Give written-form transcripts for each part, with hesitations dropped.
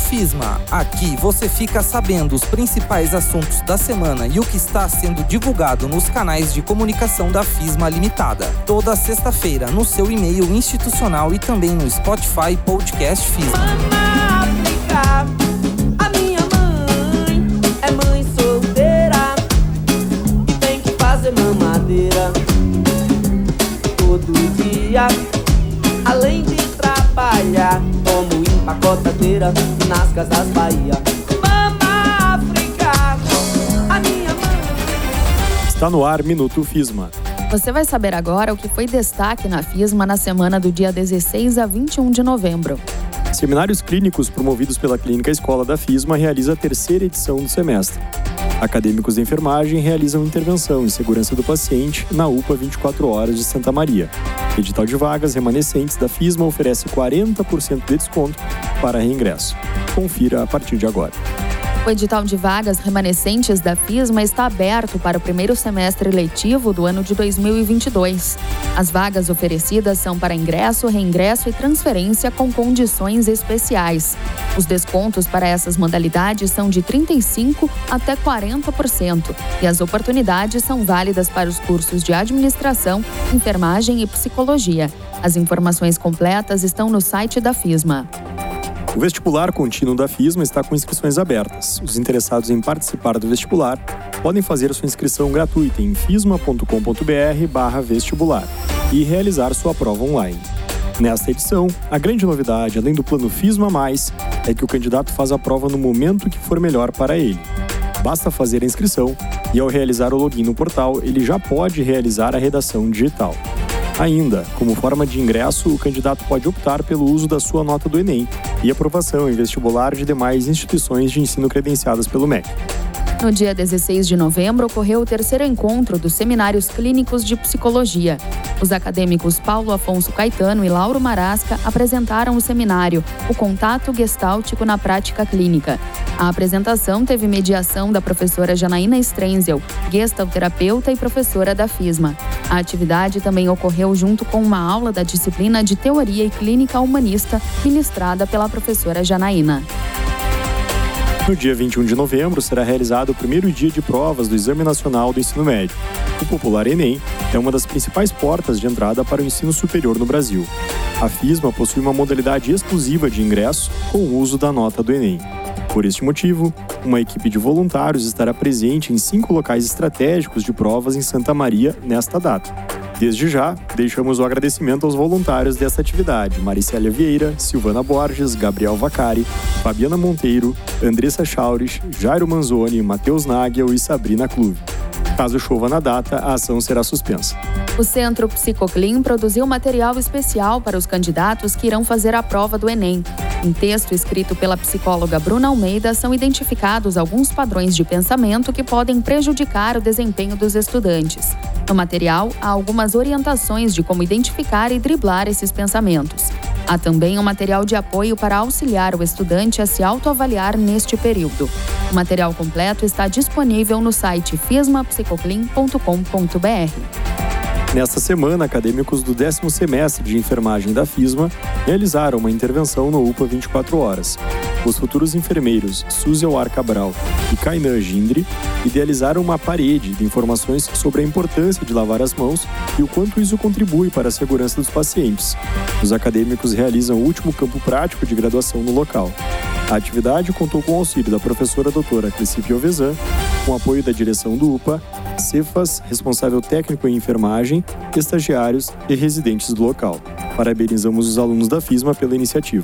FISMA. Aqui você fica sabendo os principais assuntos da semana e o que está sendo divulgado nos canais de comunicação da FISMA Limitada. Toda sexta-feira no seu e-mail institucional e também no Spotify Podcast FISMA. Mama África, a minha mãe é mãe solteira e tem que fazer mamadeira todo dia, além de trabalhar como empacotadeira nas casas Bahia. Mama África, a minha mãe. Está no ar Minuto FISMA. Você vai saber agora o que foi destaque na FISMA na semana do dia 16 a 21 de novembro. Seminários clínicos promovidos pela Clínica Escola da FISMA realiza a terceira edição do semestre. Acadêmicos de enfermagem realizam intervenção em segurança do paciente na UPA 24 horas de Santa Maria. Edital de vagas remanescentes da FISMA oferece 40% de desconto para reingresso. Confira a partir de agora. O edital de vagas remanescentes da FISMA está aberto para o primeiro semestre letivo do ano de 2022. As vagas oferecidas são para ingresso, reingresso e transferência com condições especiais. Os descontos para essas modalidades são de 35% até 40% e as oportunidades são válidas para os cursos de administração, enfermagem e psicologia. As informações completas estão no site da FISMA. O vestibular contínuo da FISMA está com inscrições abertas. Os interessados em participar do vestibular podem fazer sua inscrição gratuita em fisma.com.br/vestibular e realizar sua prova online. Nesta edição, a grande novidade, além do plano FISMA+, é que o candidato faz a prova no momento que for melhor para ele. Basta fazer a inscrição e, ao realizar o login no portal, ele já pode realizar a redação digital. Ainda, como forma de ingresso, o candidato pode optar pelo uso da sua nota do Enem e aprovação em vestibular de demais instituições de ensino credenciadas pelo MEC. No dia 16 de novembro, ocorreu o terceiro encontro dos Seminários Clínicos de Psicologia. Os acadêmicos Paulo Afonso Caetano e Lauro Marasca apresentaram o seminário O Contato Gestáltico na Prática Clínica. A apresentação teve mediação da professora Janaína Strenzel, gestalterapeuta e professora da FISMA. A atividade também ocorreu junto com uma aula da disciplina de Teoria e Clínica Humanista, ministrada pela professora Janaína. No dia 21 de novembro, será realizado o primeiro dia de provas do Exame Nacional do Ensino Médio. O popular Enem é uma das principais portas de entrada para o ensino superior no Brasil. A FISMA possui uma modalidade exclusiva de ingresso com o uso da nota do Enem. Por este motivo, uma equipe de voluntários estará presente em 5 locais estratégicos de provas em Santa Maria nesta data. Desde já, deixamos o agradecimento aos voluntários desta atividade: Maricélia Vieira, Silvana Borges, Gabriel Vacari, Fabiana Monteiro, Andressa Chaures, Jairo Manzoni, Matheus Nagel e Sabrina Clube. Caso chova na data, a ação será suspensa. O Centro Psicoclin produziu material especial para os candidatos que irão fazer a prova do Enem. Em texto escrito pela psicóloga Bruna Almeida, são identificados alguns padrões de pensamento que podem prejudicar o desempenho dos estudantes. No material, há algumas orientações de como identificar e driblar esses pensamentos. Há também um material de apoio para auxiliar o estudante a se autoavaliar neste período. O material completo está disponível no site fismapsicoclin.com.br. Nesta semana, acadêmicos do 10º semestre de enfermagem da FISMA realizaram uma intervenção no UPA 24 horas. Os futuros enfermeiros Suzy Alvar Cabral e Kainan Gindri idealizaram uma parede de informações sobre a importância de lavar as mãos e o quanto isso contribui para a segurança dos pacientes. Os acadêmicos realizam o último campo prático de graduação no local. A atividade contou com o auxílio da professora doutora Cleci Piovesan, com apoio da direção do UPA, Cefas, responsável técnico em enfermagem, estagiários e residentes do local. Parabenizamos os alunos da FISMA pela iniciativa.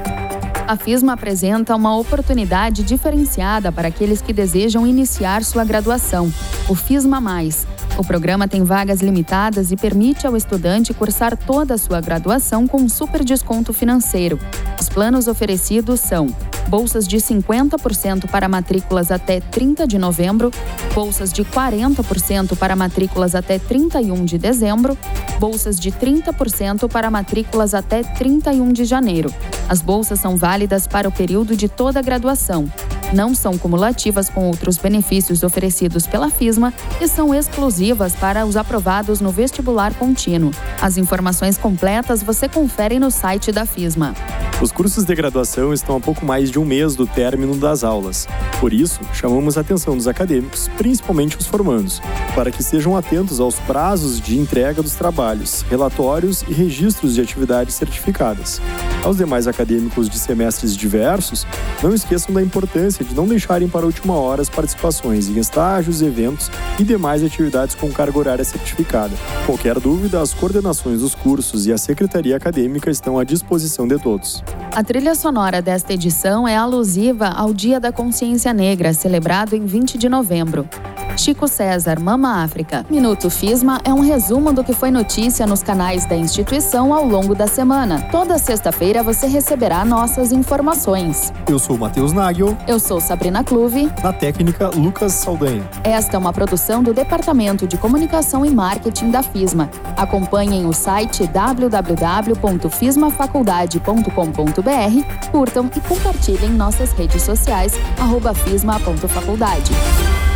A FISMA apresenta uma oportunidade diferenciada para aqueles que desejam iniciar sua graduação, o FISMA+. O programa tem vagas limitadas e permite ao estudante cursar toda a sua graduação com um super desconto financeiro. Os planos oferecidos são bolsas de 50% para matrículas até 30 de novembro, bolsas de 40% para matrículas até 31 de dezembro, bolsas de 30% para matrículas até 31 de janeiro. As bolsas são válidas para o período de toda a graduação. Não são cumulativas com outros benefícios oferecidos pela FISMA e são exclusivas para os aprovados no vestibular contínuo. As informações completas você confere no site da FISMA. Os cursos de graduação estão a pouco mais de um mês do término das aulas. Por isso, chamamos a atenção dos acadêmicos, principalmente os formandos, para que estejam atentos aos prazos de entrega dos trabalhos, relatórios e registros de atividades certificadas. Aos demais acadêmicos de semestres diversos, não esqueçam da importância de não deixarem para a última hora as participações em estágios, eventos e demais atividades com carga horária certificada. Qualquer dúvida, as coordenações dos cursos e a secretaria acadêmica estão à disposição de todos. A trilha sonora desta edição é alusiva ao Dia da Consciência Negra, celebrado em 20 de novembro. Chico César, Mama África. Minuto FISMA é um resumo do que foi notícia nos canais da instituição ao longo da semana. Toda sexta-feira você receberá nossas informações. Eu sou o Matheus Nagel. Eu sou Sabrina Cluve. Na técnica, Lucas Saldanha. Esta é uma produção do Departamento de Comunicação e Marketing da FISMA. Acompanhem o site www.fismafaculdade.com.br, curtam e compartilhem nossas redes sociais @fisma.faculdade.